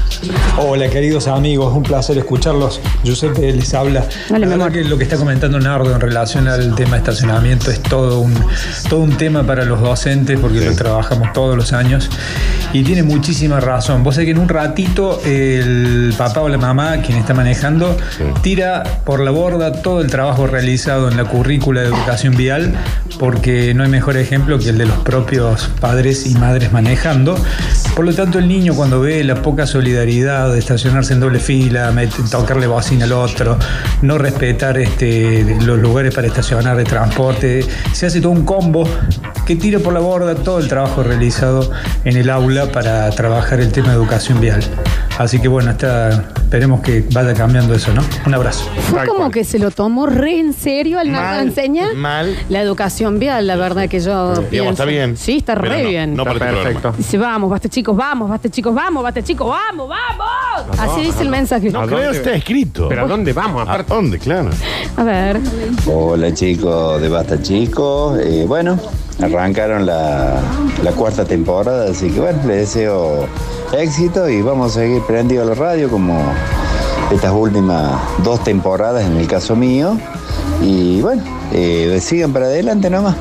Hola queridos amigos, un placer escucharlos. Giuseppe les habla. Hola, mi La verdad amor. que lo que está comentando Nardo en relación al tema de estacionamiento es todo un, todo un tema para los docentes porque lo trabajamos todos los años y tiene muchísima razón. Vos sabés que en un ratito el papá o la mamá, quien está manejando, tira por la borda todo el trabajo realizado en la currícula de educación vial porque no hay mejor ejemplo que el de los propios padres y madres manejando. Por lo tanto, el niño cuando ve la poca solidaridad de estacionarse en doble fila, met- tocarle bocina al otro, no respetar este, los lugares para estacionar de transporte, se hace todo un combo que tira por la borda todo el trabajo realizado en el aula para trabajar el tema de educación vial. Así que bueno, está, esperemos que vaya cambiando eso, ¿no? Un abrazo. Fue Tal como cual. que se lo tomó re en serio al Nardo Mal, enseña. mal. La educación vial, la verdad que yo Digamos, pienso. está bien. Sí, está pero re no, bien. No para Está este perfecto. programa. Dice, vamos, basta chicos, vamos, basta chicos, vamos, basta chicos, vamos, vamos. Así dice el mensaje. ¿A No creo dónde? que está escrito. ¿Pero a dónde vamos? ¿A Aparte. dónde? Claro. A ver. Hola chicos de Basta Chicos, eh, bueno, arrancaron la, la cuarta temporada, así que bueno, les deseo éxito y vamos a seguir prendido a la radio como estas últimas dos temporadas en el caso mío y bueno, eh, sigan para adelante nomás.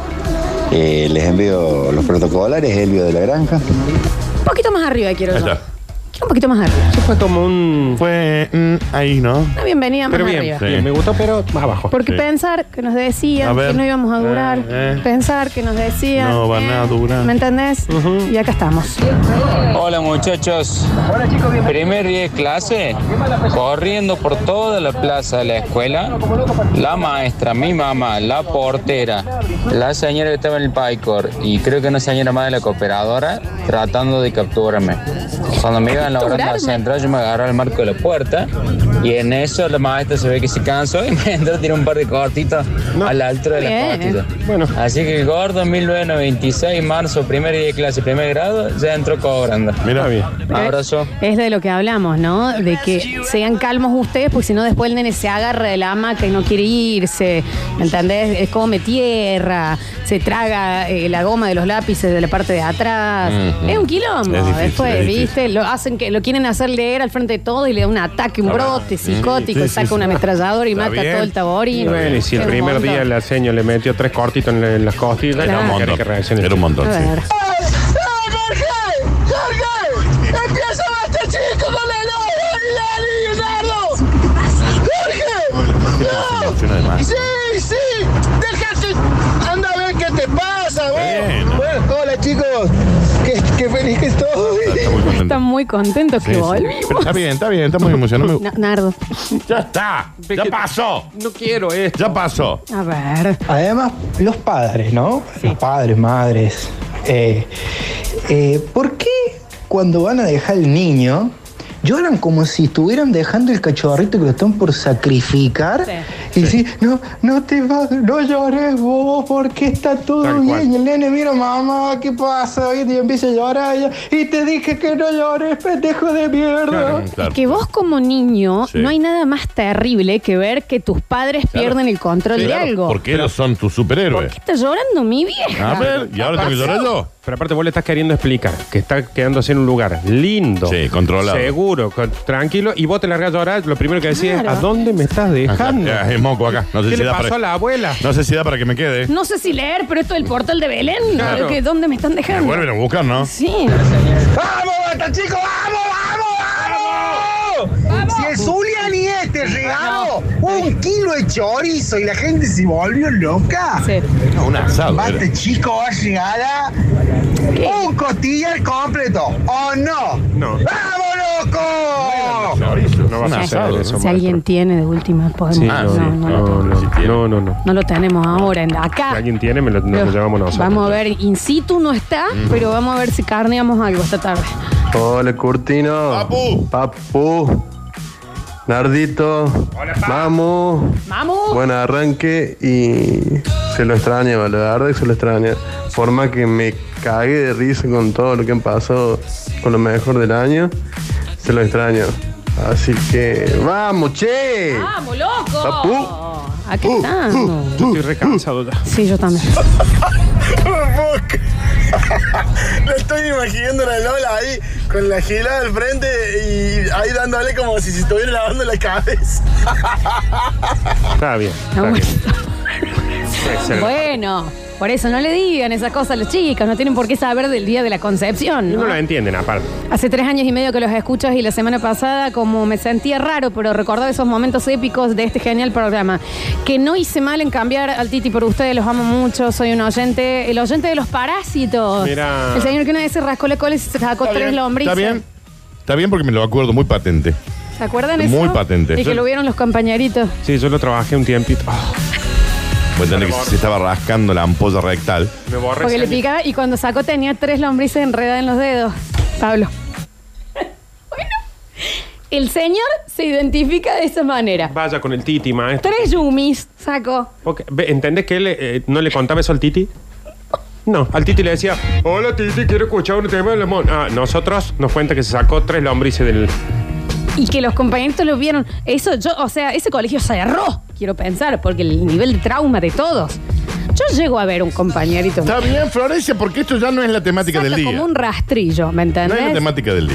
Eh, les envío los protocolares, Elvio de la Granja. Un poquito más arriba quiero Ahí yo. está. Quiero un poquito más arriba. Eso fue como un. Fue mm, ahí, ¿no? Una bienvenida más Pero bien, arriba. Sí. bien, me gustó, pero más abajo. Porque Sí. pensar que nos A decían ver. que no íbamos a durar, Eh, eh. pensar que nos decían. No van a durar. ¿Me entendés? Y acá estamos. Hola muchachos. Primer día de clase, corriendo por toda la plaza de la escuela, la maestra, mi mamá, la portera, la señora que estaba en el Paycor y creo que una señora más de la cooperadora tratando de capturarme. Cuando me iban logrando ¿Capturarme? hacia entrar, yo me agarré al marco de la puerta y en eso la maestra se ve que se cansó y me entró a tirar un par de cortitos a la altura de Bien. las costillas. Bueno. Así que el gordo, mil novecientos noventa y seis, marzo, primer día de clase, primer grado, ya entró cobrando. Mira bien. Abrazo. Es de lo que hablamos, ¿no? De que sean calmos ustedes, porque si no después el nene se agarra de la hamaca y no quiere irse, ¿entendés? Come tierra, se traga eh, la goma de los lápices de la parte de atrás. Ujú. Es un quilombo. Es difícil, después, es difícil. ¿viste? Lo hacen que lo quieren hacer leer al frente de todo y le da un ataque, un Ah, brote psicótico, sí, y sí, saca sí. una ametralladora y Está mata bien. todo el taborín. Y bueno, y si el Es un primer montón. día la seño le metió tres cortitos en, la- en las costillas, Claro. Era un ¿cómo querés montón. que reaccione? Era un montón, A sí. ver. ¡Jorge! ¡Jorge! ¡Empieza Basta Chico con el Leonardo! ¡Jorge! ¡No! Emociona además. ¡Sí, sí! ¡Déjate! ¡Anda a ver qué te pasa, güey! Bien. Bueno, hola chicos, qué, qué feliz que estoy. Está muy contento. Están muy contentos Sí, que sí. volvimos. Pero está bien, está bien, está muy emocionado. Na- Nardo, Ya está, ya pasó, No quiero esto. ya pasó. a ver. Además, los padres, ¿no? Los padres, madres. Eh, eh, ¿Por qué cuando van a dejar al niño lloran como si estuvieran dejando el cachorrito que lo están por sacrificar? Sí. Y sí, no, no te vas, no llores vos, porque está todo Tal bien. cual. Y el nene, mira, mamá, ¿qué pasa? Y empieza a llorar ella, y te dije que no llores, pendejo de mierda. Claro, claro. Que vos como niño, Sí. no hay nada más terrible que ver que tus padres Claro. pierden el control Sí, de claro, algo. porque ellos son tus ¿Por superhéroes. qué está llorando mi vieja? A ver, ¿y ahora tengo que llorar yo? Pero aparte vos le estás queriendo explicar que está quedándose en un lugar lindo. Sí, controlado. Seguro, con- tranquilo. Y vos te largas a llorar. Lo primero que decís Claro. es, ¿a dónde me estás dejando? Ya, es moco acá. No sé ¿Qué si le da pasó para... a la abuela? No sé si da para que me quede. No sé si leer, pero esto del portal de Belén, Claro. ¿que ¿dónde me están Me dejando? vuelven a buscar, ¿no? Sí. ¡Vamos, Basta Chico! ¡Vamos, vamos, vamos! Si el Zuliani este regaló un kilo de chorizo y la gente se volvió loca. Sí. No, un asado. era. Basta Chico va a regalar un costillar completo, ¿o no? No. ¡Vamos, loco! no, no vas a Sí. hacer eso. Si alguien tiene de última, podemos. Sí, no, no, no, no, no, no, no, no, no. no lo tenemos ahora, en- Si acá. alguien tiene, me lo, nos lo llevamos nosotros. Vamos a ver, in situ no está, pero vamos a ver si carneamos algo esta tarde. Hola, Curtino. Papu. Papu. Nardito. Hola, pa. Vamos. ¡Vamos! Buen arranque y se lo extraña, la verdad que se lo extraña. Forma que me cague de risa con todo lo que han pasado con lo mejor del año. Se lo extraño. Así que vamos, che. ¡Vamos, loco! Papu. Acá estamos. Estoy recansado ya. Sí, yo también. Le estoy imaginando a la Lola ahí con la gilada al frente y ahí dándole como si se estuviera lavando la cabeza. Está bien. Está No, bien. Excelente. Bueno, por eso no le digan esas cosas a los chicos, no tienen por qué saber del día de la concepción, Y ¿no? no lo entienden, aparte. Hace tres años y medio que los escuchas y la semana pasada como me sentía raro, pero recordaba esos momentos épicos de este genial programa. Que no hice mal en cambiar al Titi por ustedes, los amo mucho, soy un oyente, el oyente de los parásitos. Mira. El señor que una vez se rascó la cola y se sacó Está tres bien, lombrices. Está bien. Está bien porque me lo acuerdo muy patente. ¿Se acuerdan eso? Muy patente. Y que lo vieron los compañeritos. Sí, yo lo trabajé un tiempito. Ah, Puede tener que se estaba rascando la ampolla rectal. me borré. Porque ese le año. picaba y cuando sacó tenía tres lombrices enredadas en los dedos. Pablo. Bueno, el señor se identifica de esa manera. Vaya con el Titi, maestro. Tres yumis sacó. Ok, ve, ¿entendés que él eh, no le contaba eso al Titi? No, al Titi le decía, hola Titi, quiero escuchar un tema de limón. Ah, nosotros nos cuenta que se sacó tres lombrices del... Y que los compañeritos lo vieron. Eso yo, o sea, ese colegio cerró, quiero pensar, porque el nivel de trauma de todos. Yo llego a ver un compañerito. Está bien, Florencia, porque esto ya no es la temática saca del día. como un rastrillo, ¿me No entendés? es la temática del día.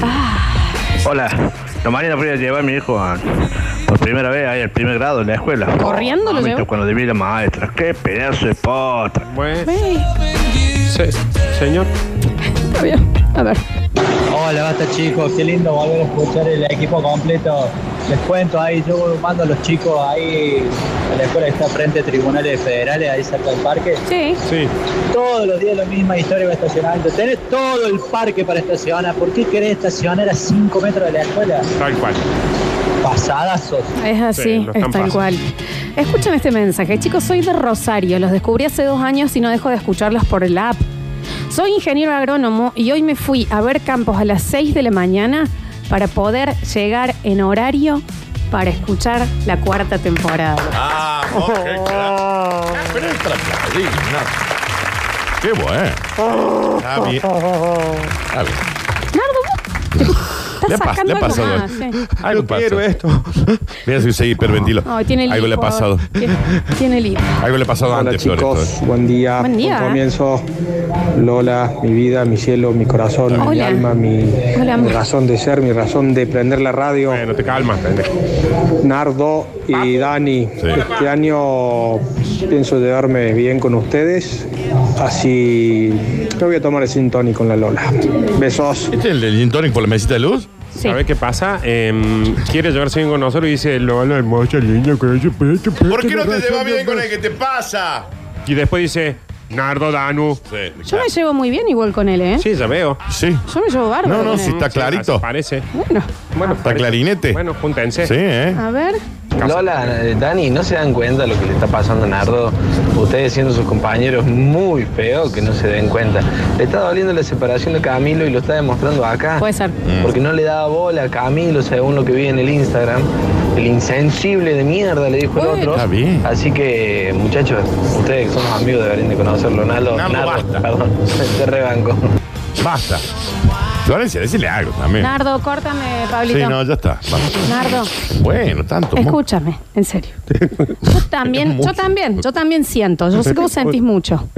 Hola, la mañana fui a llevar a mi hijo a, por primera vez ahí al primer grado en la escuela. ¿Corriendo lo Mamita, llevó? cuando debí la maestra. Qué pedazo de potra. Bueno, Ve, se- señor. está bien. A ver. Hola, basta chicos, qué lindo volver a escuchar el equipo completo. Les cuento ahí, yo mando a los chicos ahí a la escuela que está frente a tribunales federales, ahí cerca del parque. Sí. Sí. Todos los días la misma historia de estacionamiento. Tenés todo el parque para estacionar. ¿Por qué querés estacionar a cinco metros de la escuela? Tal cual. Pasadazos. Es así, Sí, no es están tal fáciles. cual. Escuchen este mensaje. Chicos, soy de Rosario. Los descubrí hace dos años y no dejo de escucharlos por el app. Soy ingeniero agrónomo y hoy me fui a ver campos a las seis de la mañana para poder llegar en horario para escuchar la cuarta temporada. Ah, ok, claro. Pero es para aplaudir, ¿no? Qué bueno. Está bien. Está bien. Nardo, vos Le ha estás pas- sacando le ha algo pasado. más. Sí. Algo Yo quiero pasó. esto. Mira si se hiperventilo. Oh, tiene Algo le ha lipo. pasado. Tiene- Tiene lipo. Algo le ha pasado Hola antes, chicos, Flores. buen día. Buen día. Buen comienzo. Lola, mi vida, mi cielo, mi corazón, mi Hola. alma, mi, Hola, mi amor. razón de ser, mi razón de prender la radio. Bueno, te calmas, pendejo. Nardo y Dani, este año pienso llevarme bien con ustedes, así me voy a tomar el gin tonic con la Lola. Besos. ¿Este es el del gin tonic por la mesita de luz? Sí. ¿Sabes qué pasa? Em, quiere llevarse bien con nosotros y dice, Lola, hermosa niña, que ese pecho, pecho, ¿Por qué no te razón llevas de bien con ser". el que te pasa? Y después dice, Nardo Danu. Yo me llevo muy bien igual con él, ¿eh? Sí, ya veo. Sí. Yo me llevo bárbaro. No, no, con si él. está clarito. Parece. Bueno, Bueno, Está clarinete. Bueno, júntense. Sí, ¿eh? a ver. Lola, eh, Dani, ¿no se dan cuenta lo que le está pasando a Nardo? Ustedes siendo sus compañeros, muy feo que no se den cuenta. Le está doliendo la separación de Camilo y lo está demostrando acá. Puede ser. Porque no le daba bola a Camilo, según lo que vi en el Instagram. El insensible de mierda, le dijo el Bueno. otro. Está bien. Así que, muchachos, ustedes que son los amigos deberían de conocerlo. Nardo, Nardo, basta. perdón, te rebanco. Basta. Florencia, decile algo también. Nardo, córtame, Pablito. Sí, no, ya está. Vamos. Nardo, Bueno, tanto. mo- escúchame, en serio. Yo también, yo Mucho. también, yo también siento. Yo sé que vos sentís mucho.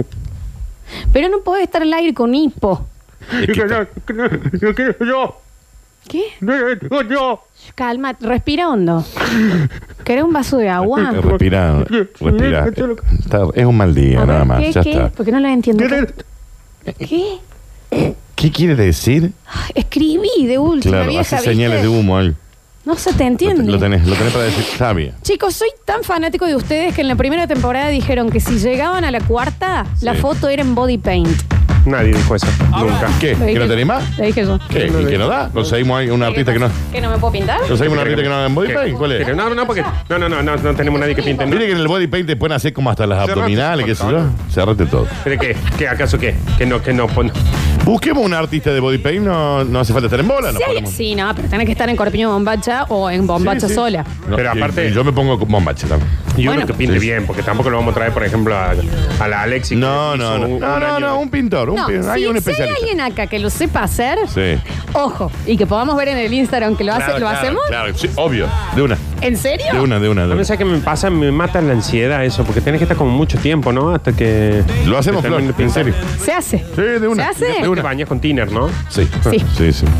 Pero no podés estar al aire con hipo. Es que está- Yo quiero yo. ¿Qué? Yo, yo. Calma, respira hondo. ¿Querés un vaso de agua? Respira, respira. Está- es un mal día, A ver, nada más. ¿qué, Ya qué? está. Porque no lo entiendo. ¿Qué? ¿Qué quiere decir? Escribí de última, Claro, vieja, hace ¿viste? señales de humo. Algo. No se te entiende. Lo tenés, lo tenés para decir, sabia. Chicos, soy tan fanático de ustedes que en la primera temporada dijeron que si llegaban a la cuarta, la Sí. foto era en body paint. Nadie dijo eso. Nunca. ¿Qué? Lo dije ¿Que no yo. tenés más? Lo dije yo. ¿Qué? ¿Y que no da? ¿Conseguimos ahí un artista que no? ¿Que no me puedo pintar? ¿Conseguimos un artista que no haga en body paint? ¿Cuál es? No, no, porque. No, no, no, no, no tenemos nadie que pinte. Mire que en el body paint te pueden hacer como hasta las Cerrate, abdominales, qué sé yo. Cerrate todo. ¿Pero qué? ¿Qué? ¿Acaso qué? Que no, que no. pon- Busquemos un artista de body paint, no, no hace falta estar en bola, no Sí, hay- podemos. sí, no, pero tenés que estar en corpiño bombacha o en bombacha Sí, sí. sola. No, Pero y- aparte- y yo me pongo con bombache también. Y uno Bueno. que pinte Sí. bien, porque tampoco lo vamos a traer, por ejemplo, a, a la Alexi. que No, hizo no, no. un- No, un no, año- no, un pintor. Un No, pintor. Hay si, un si hay especialista. alguien acá que lo sepa hacer, Sí. ojo, y que podamos ver en el Instagram que lo, hace, Claro, ¿lo claro, hacemos? Claro, sí, obvio. De una. ¿En serio? De una, de una, de No una. sé qué me pasa, me mata la ansiedad eso, porque tenés que estar como mucho tiempo, ¿no? Hasta que. Lo hacemos, que Flor, termine de en pintar. serio. ¿Se hace? Sí, de una. ¿Se hace? De Te una. bañas con tiner, ¿no? Sí. Sí. Sí, sí.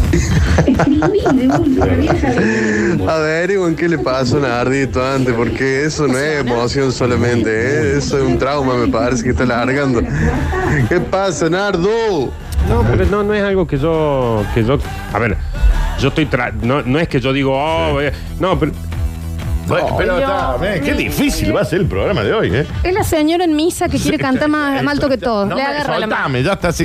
Averigüen qué le pasó a Nardito antes, porque eso no es emoción solamente, ¿eh? Eso es un trauma, me parece que está largando. ¿Qué pasa, Nardo? No, pero no, no es algo que yo. que yo. A ver, yo estoy. tra- no, no es que yo digo, oh, eh, no, pero. Bueno, pero está, eh, qué difícil va a ser el programa de hoy, ¿eh? Es la señora en misa que quiere cantar más, más alto que todo. No Le me agarra la mano. soltame, ya está así.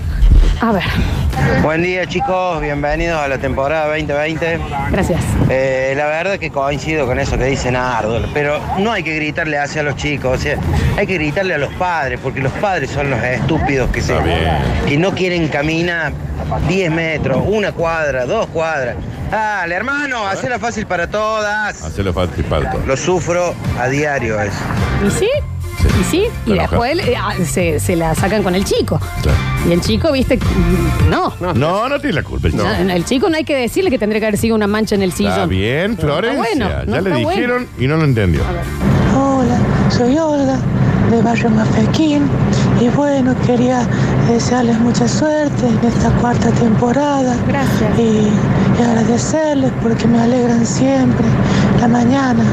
A ver, Buen día, chicos, bienvenidos a la temporada veinte veinte. gracias. Eh, la verdad que coincido con eso que dice Nardo, pero no hay que gritarle hacia los chicos, o sea, hay que gritarle a los padres, porque los padres son los estúpidos que, se, que no quieren caminar diez metros, una cuadra, dos cuadras. Dale, hermano, hacela fácil para todas. Hacelo fácil para todo. Lo sufro a diario eso. ¿Y sí? ¿Y sí? Y enoja. después eh, ah, se, se la sacan con el chico. Claro. Y el chico, viste, no. No, no tiene la culpa. No, el chico no hay que decirle que tendría que haber sido una mancha en el sillón. Está bien, Florencia. bueno, no ya le está dijeron y no lo entendió. Hola, soy Olga de Barrio Mafequín y bueno, quería desearles mucha suerte en esta cuarta temporada. Gracias. Y, y agradecerles porque me alegran siempre la mañana.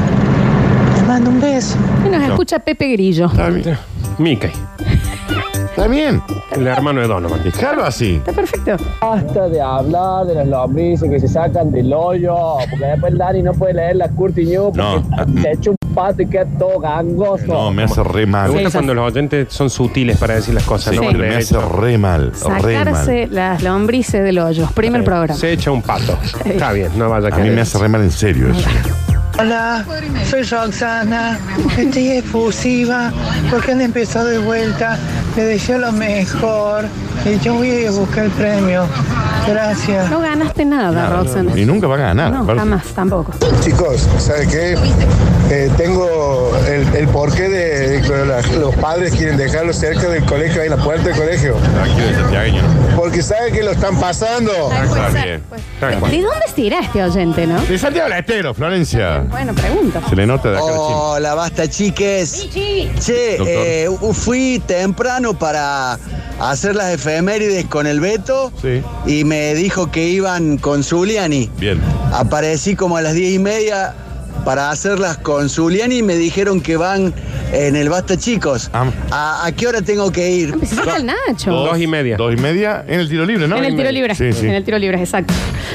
Les mando un beso. Y nos escucha Pepe Grillo. Está bien. Mickey. Está bien. El hermano de Donovan. Déjalo así. Está perfecto. Basta de hablar de las lombrices que se sacan del hoyo, porque después Dani no puede leer la Curti News No. porque te echa un pato y queda todo gangoso. No, me hace re Me mal. gusta Sí, cuando los oyentes son sutiles para decir las cosas, Sí, ¿no? pero me hace re mal. Re mal. Sacarse las lombrices del hoyo. Primer programa. Se echa un pato. Está bien, no vaya a A mí querer. me hace re mal en serio eso. Hola, soy Roxana, estoy efusiva porque han empezado de vuelta, le deseo lo mejor y yo voy a buscar el premio. Gracias. No ganaste nada, Roxana. Y nunca va a ganar. No, aparte. jamás, tampoco. Chicos, ¿sabe qué? Eh, tengo el, el porqué de que la- los padres quieren dejarlo cerca del colegio, ahí en la puerta del colegio. Aquí de santiagueño, ¿no? Porque saben que lo están pasando. Está bien. ¿De dónde se irá este oyente, no? De Santiago del Estero, Florencia. Bueno, pregunta. Se le nota de acá a la China. Hola, basta chiques. Che, Doctor. eh, fui temprano para hacer las efemérides con el Beto Sí. y me dijo que iban con Zuliani. Bien. Aparecí como a las diez y media para hacerlas con Zuliani y me dijeron que van en el Basta Chicos. Ah. ¿A, a qué hora tengo que ir? Empecé al Nacho. Dos y media. Dos y media en el tiro libre, ¿no? En el tiro libre. Sí, sí. En el tiro libre, exacto.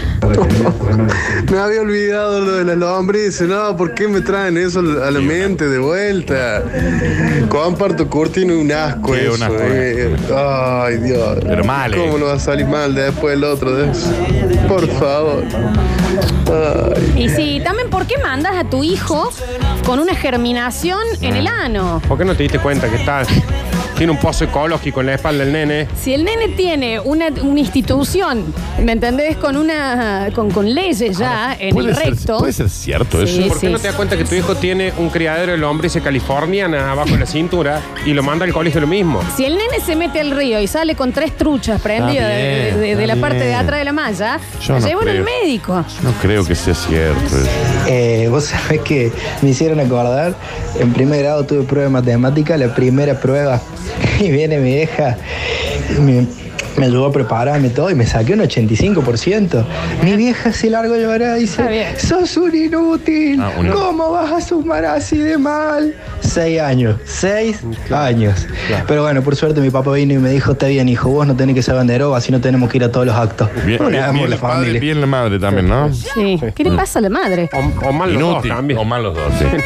Me había olvidado lo de las lombrices, no, ¿por qué me traen eso a la mente de vuelta? Comparto Curtino, un asco Sí, eso. un asco, eh. Ay, Dios. Pero mal, eh. ¿Cómo no va a salir mal después el otro de eso? Por favor. Ay. Y sí, también, ¿por qué mandas a tu hijo con una germinación en el ano? ¿Por qué no te diste cuenta que está, tiene un pozo ecológico en la espalda del nene? Si el nene tiene una, una institución, ¿me entendés? Con una con, con leyes ya en ¿Puede el ser, recto. puede ser cierto Sí, eso? ¿Por qué no te das cuenta que tu hijo tiene un criadero de lombrices californiana abajo de la cintura y lo manda al colegio lo mismo? Si el nene se mete al río y sale con tres truchas prendidas de, bien, de- de está la parte de bien. atrás de la malla, Yo lo no llevan al creo. médico. No creo que sea cierto eso. Eh, vos sabés que me hicieron acordar, en primer grado tuve prueba de matemática, la primera prueba, y viene mi vieja, y me, me ayudó a prepararme todo y me saqué un ochenta y cinco por ciento. Mi vieja se largo llorada y Está bien. dice, sos un inútil, Ah, un- ¿cómo vas a sumar así de mal? Seis años, seis años. Pero bueno, por suerte mi papá vino y me dijo, está bien hijo, vos no tenés que ser bandero, así no tenemos que ir a todos los actos. Bien, Una bien, amo bien la el padre, familia. bien la madre también, ¿no? Sí. ¿Qué le pasa a la madre? O, o mal los dos Inútil. también. O mal los dos, sí.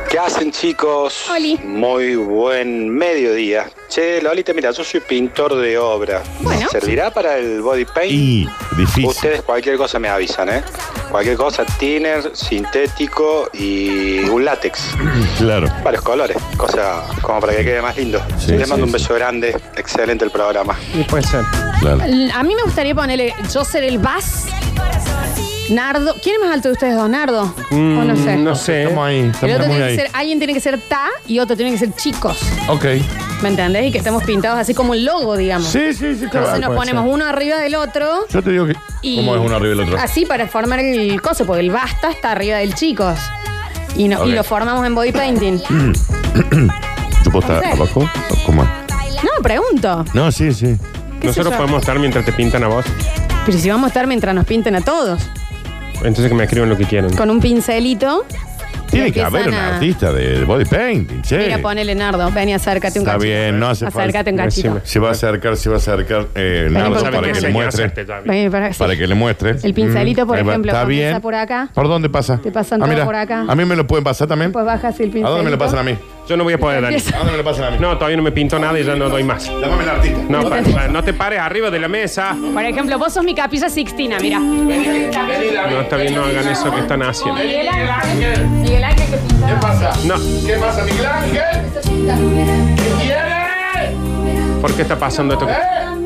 ¿Qué hacen, chicos? Oli. Muy buen mediodía. Che, Lolita, mira, yo soy pintor de obra. Bueno. ¿Servirá para el body paint? Y difícil. Ustedes cualquier cosa me avisan, ¿eh? Cualquier cosa, thinner, sintético y un látex. Claro. Varios colores, cosa como para que quede más lindo. Sí, Les sí, mando un sí. beso grande. Excelente el programa. Y puede ser. Claro. A mí me gustaría ponerle yo ser el Bas. Nardo. ¿Quién es más alto de ustedes dos? ¿Nardo? Mm, o no sé. No sé. Estamos ahí. El Estamos otro muy tiene que ahí. ser, alguien tiene que ser Ta y otro tiene que ser chicos. Ok. ¿Me entendés? Y que estemos pintados así como el logo, digamos. Sí, sí, sí. Entonces claro, nos puede ponemos ser. uno arriba del otro. Yo te digo que. Y ¿Cómo es uno arriba del otro? Así para formar el coso, porque el basta está arriba del chicos. Y, no, Ok. y lo formamos en body painting. ¿Yo puedo estar No sé. abajo? ¿Cómo es? No, pregunto. No, sí, sí. ¿Qué sé Nosotros yo? podemos estar mientras te pintan a vos. Pero si vamos a estar mientras nos pinten a todos. Entonces que me escriban lo que quieran. Con un pincelito. Tiene que empiezan haber un a- artista de body painting, che. Mira, ponele Nardo. Ven y acércate un Está cachito. bien, no hace falta. Acércate un cachito. Se va a acercar, se va a acercar eh, Nardo porque para me que le hace muestre. Ven, para, sí. Para que le muestre. El pincelito, por Mm, ahí va. ejemplo, Está comienza bien. por acá. ¿Por dónde pasa? Te pasan Ah, todo mira, por acá. ¿A mí me lo pueden pasar también? Pues bajas el pincelito. ¿A dónde me lo pasan a mí? Yo no voy a poder, Dani. Empieza. ¿A dónde me lo pasan a mí? No, todavía no me pinto nada y ya no doy más. Llámame al artista. No, pa- pa- no te pares arriba de la mesa. Por ejemplo, vos sos mi capilla Sixtina, mira. No, está bien, no hagan eso que están haciendo. Miguel Ángel. Miguel Ángel que pintaba. ¿Qué pasa? No. ¿Qué pasa, Miguel Ángel? ¿Qué quiere? ¿Por qué está pasando esto?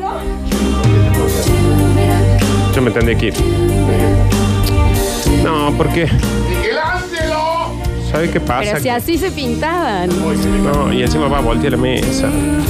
Yo me tendré que ir. No, porque. ¡Miguel Ángelo! ¿Sabes qué pasa? Pero si así se pintaban. No, y encima va a voltear la mesa.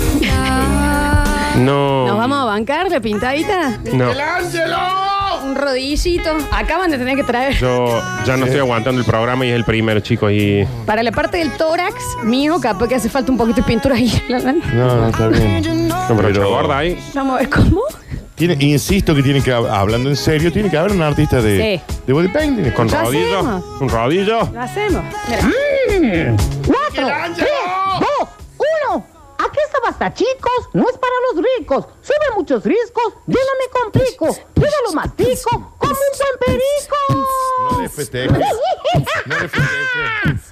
No. ¿Nos vamos a bancar de pintadita? No. ¡Miguel Ángelo! Un rodillito. Acaban de tener que traer. Yo ya no estoy aguantando el programa y es el primero, chicos. Y. Para la parte del tórax mío, capaz que hace falta un poquito de pintura ahí. No, no, está bien. No, pero Pero- gorda ahí. Vamos a ver cómo. Tiene, insisto que tiene que, hablando en serio, tiene que haber un artista de, Sí. de body painting. Con Lo rodillo. hacemos. Un rodillo. Lo hacemos. Mira. Cuatro, tres, dos, uno. Aquí está Basta, chicos. No es para los ricos. Sube muchos riscos. Yo no me complico. Yo no lo mastico como un buen perico. No le festejes. No le festejes.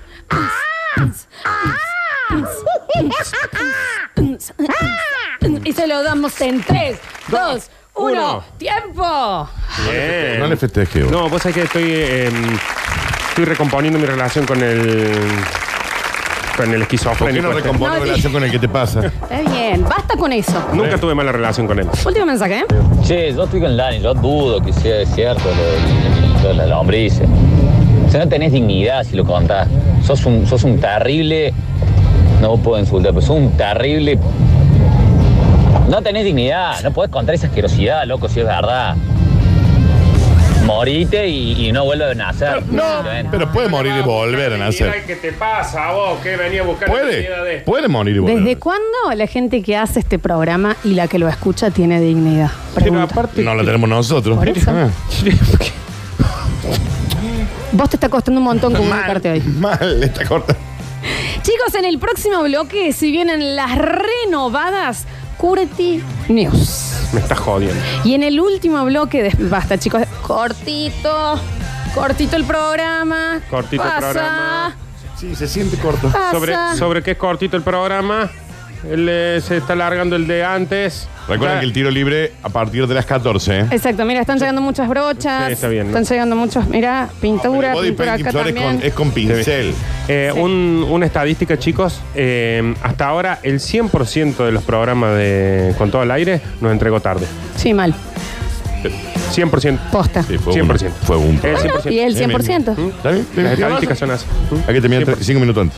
Y se lo damos en tres, dos, uno. uno. ¡Tiempo! Bien. No le festejes. No, vos sabés que estoy. eh, estoy recomponiendo mi relación con el. Con el ¿Por qué esquizofrénico. no este. recompone No, relación con el que te pasa? Está bien, basta con eso. Nunca tuve mala relación con él. Último mensaje, ¿eh? Che, yo estoy con Dani, yo dudo que sea cierto lo, lo de la lombriz. O sea, no tenés dignidad si lo contás. Sos un, sos un terrible. No puedo insultar, pero sos un terrible. No tenés dignidad, no podés contar esa asquerosidad, loco, si es verdad. Morite y, y no vuelve a nacer. No, pero puede morir y volver a nacer. ¿Qué te pasa a vos? ¿Qué venía a buscar la dignidad de Puede, esto? puede morir y volver. ¿Desde cuándo la gente que hace este programa y la que lo escucha tiene dignidad? Pero Pregunta. aparte. No la tenemos nosotros. Por eso. Ah. Vos te está costando un montón comunicarte hoy. Mal, está corta. Chicos, en el próximo bloque, si vienen las renovadas Curti News. Me estás jodiendo. Y en el último bloque de Basta, chicos, cortito, cortito el programa. Cortito el Pasa, programa. Sí, se siente corto. Pasa. ¿Sobre, ¿Sobre qué es cortito el programa? Él, eh, se está alargando el de antes. Recuerden Ya- que el tiro libre a partir de las catorce. ¿eh? Exacto, mira, están llegando muchas brochas. Sí, está bien, ¿no? Están llegando muchos, mira, pintura, El body pintura painting, acá Flores, también. con- es con pincel. Eh, un- una estadística, chicos. eh, hasta ahora, el cien por ciento de los programas de Con Todo al Aire nos entregó tarde. Sí, mal. cien por ciento. Posta. Sí, fue cien por uno. ciento. Fue un. El cien por ciento. Y el cien por ciento. ¿Está bien? Las estadísticas son así. Hay que terminar cinco minutos antes.